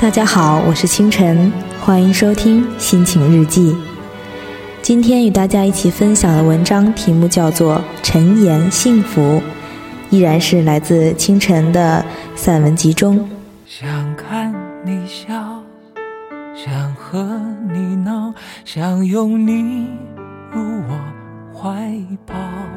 大家好，我是清晨，欢迎收听心情日记。今天与大家一起分享的文章题目叫做《陈言幸福》，依然是来自清晨的散文集中。 想看你笑，想和你闹，想拥你入我怀抱，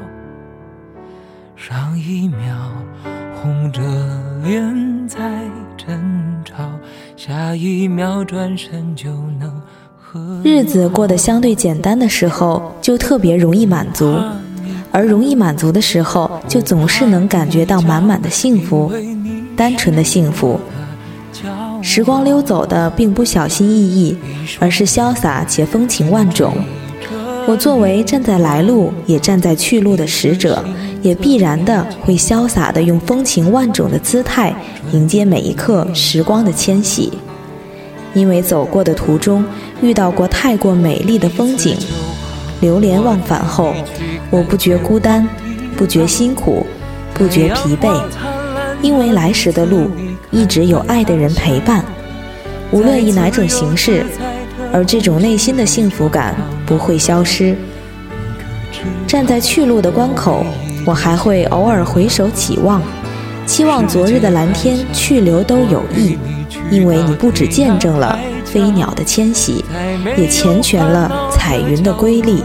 上一秒红着脸在争吵，下一秒转身就能和日子过得相对简单的时候，就特别容易满足，而容易满足的时候，就总是能感觉到满满的幸福，单纯的幸福。时光溜走的并不小心翼翼，而是潇洒且风情万种。我作为站在来路也站在去路的使者，也必然的会潇洒的用风情万种的姿态迎接每一刻时光的迁徙。因为走过的途中遇到过太过美丽的风景，流连忘返后，我不觉孤单，不觉辛苦，不觉疲惫，因为来时的路一直有爱的人陪伴，无论以哪种形式，而这种内心的幸福感不会消失。站在去路的关口，我还会偶尔回首起望，期望昨日的蓝天去留都有意，因为你不只见证了飞鸟的迁徙，也缱绻了彩云的瑰丽。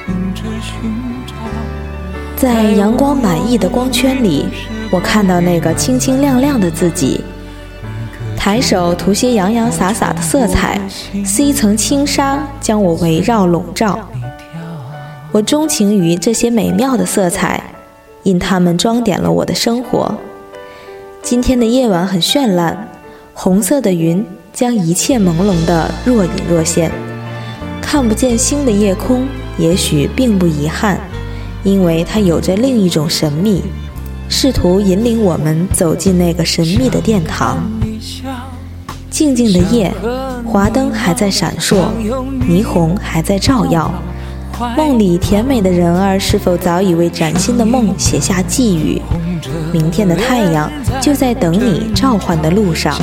在阳光满溢的光圈里，我看到那个清清亮亮的自己，抬手涂些洋洋洒洒的色彩，似一层轻纱将我围绕笼罩。我钟情于这些美妙的色彩，因它们装点了我的生活。今天的夜晚很绚烂，红色的云将一切朦胧的若隐若现。看不见星的夜空也许并不遗憾，因为它有着另一种神秘，试图引领我们走进那个神秘的殿堂。静静的夜，华灯还在闪烁，霓虹还在照耀。梦里甜美的人儿是否早已为崭新的梦写下寄语？明天的太阳就在等你召唤的路上。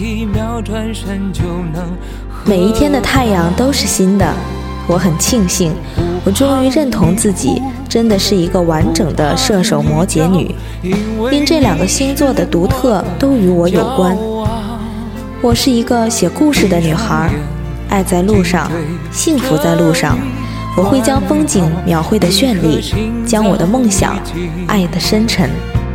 每一天的太阳都是新的，我很庆幸，我终于认同自己真的是一个完整的射手摩羯女，因这两个星座的独特都与我有关。我是一个写故事的女孩，爱在路上，幸福在路上。我会将风景描绘的绚丽，将我的梦想爱得深沉。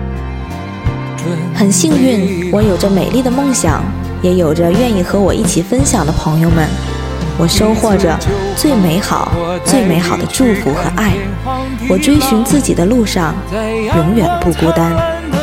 很幸运，我有着美丽的梦想，也有着愿意和我一起分享的朋友们。我收获着最美好、最美好的祝福和爱。我追寻自己的路上，永远不孤单。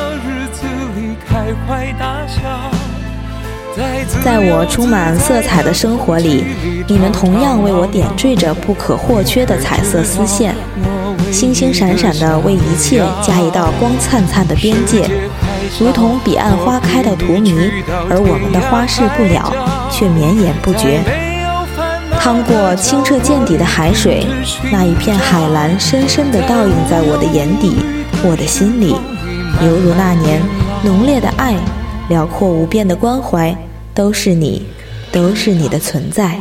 在我充满色彩的生活里，你们同样为我点缀着不可或缺的彩色丝线，星星闪闪地为一切加一道光灿灿的边界，如同彼岸花开到荼蘼，而我们的花事不了，却绵延不绝。趟过清澈见底的海水，那一片海蓝深深地倒映在我的眼底，我的心里，犹如那年浓烈的爱，辽阔无边的关怀，都是你，都是你的存在。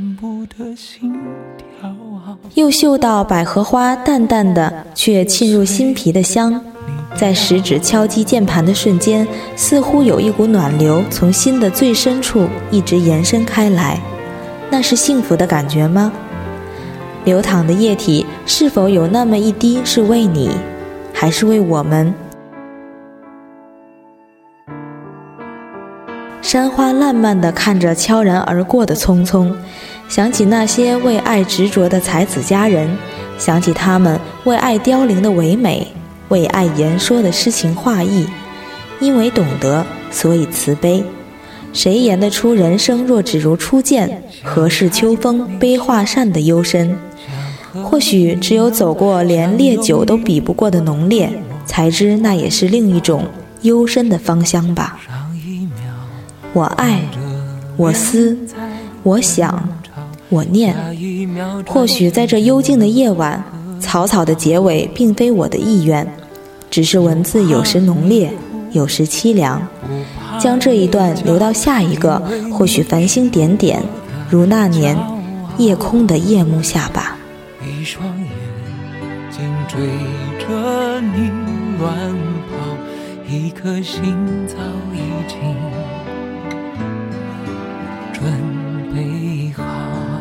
又嗅到百合花淡淡的却沁入心脾的香，在食指敲击键盘的瞬间，似乎有一股暖流从心的最深处一直延伸开来。那是幸福的感觉吗？流淌的液体是否有那么一滴是为你，还是为我们？山花烂漫地看着悄然而过的匆匆，想起那些为爱执着的才子佳人，想起他们为爱凋零的唯美，为爱言说的诗情画意。因为懂得，所以慈悲。谁言得出人生若只如初见，何事秋风悲画扇的幽深？或许只有走过连烈酒都比不过的浓烈，才知那也是另一种幽深的芳香吧。我爱，我思，我想，我念。或许在这幽静的夜晚，草草的结尾并非我的意愿，只是文字有时浓烈，有时凄凉， 将这一段留到下一个，或许繁星点点，如那年夜空的夜幕下吧。 一双眼紧追着你乱跑，一颗心早已经准备好。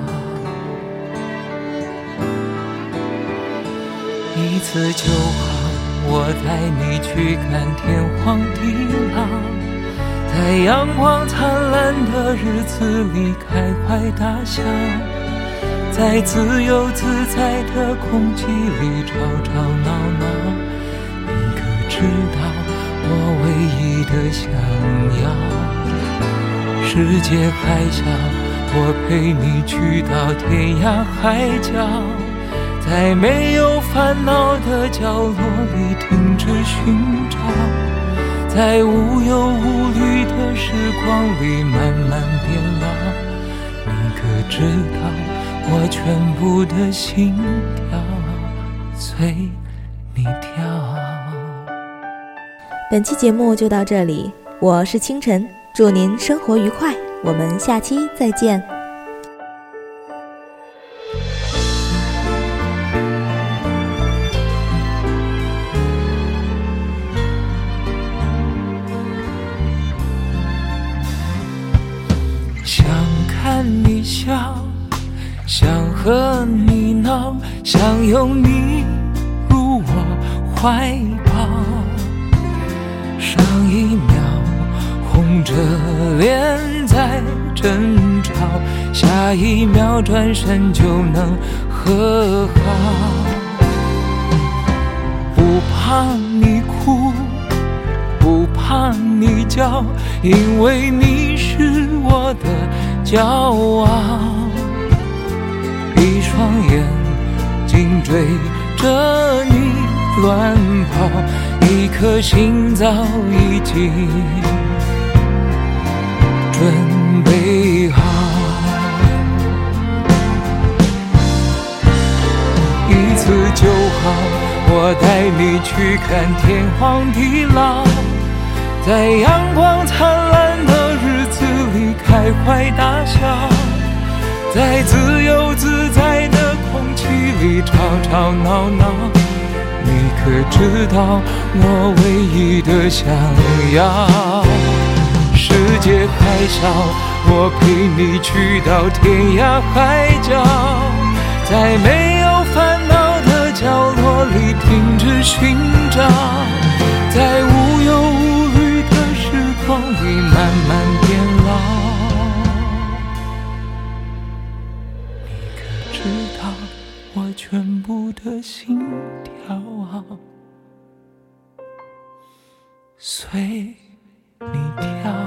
一次就好，我带你去看天荒地老，在阳光灿烂的日子里开怀大笑，在自由自在的空气里吵吵闹闹。你可知道我唯一的想要，世界还小，我陪你去到天涯海角，在没有烦恼的角落里停止寻找，在无忧无虑的时光里慢慢变老。你可知道我全部的心跳随你跳。 本期节目就到这里，我是清晨，祝您生活愉快，我们下期再见。 想看你笑，想和你闹，想拥你入我怀抱，上一秒红着脸在争吵，下一秒转身就能和好。不怕你哭，不怕你叫，因为你是我的骄傲。一双眼紧追着你乱跑，一颗心早已经准备好。一次就好，我带你去看天荒地老，在阳光灿烂的日子里开怀大笑，在自由自在的空气里吵吵闹闹。你可知道我唯一的想要，世界还小，我陪你去到天涯海角，在没有烦恼的角落里停止寻找，在无忧无虑的时光里慢慢变老。你可知道我全部的心跳随你跳。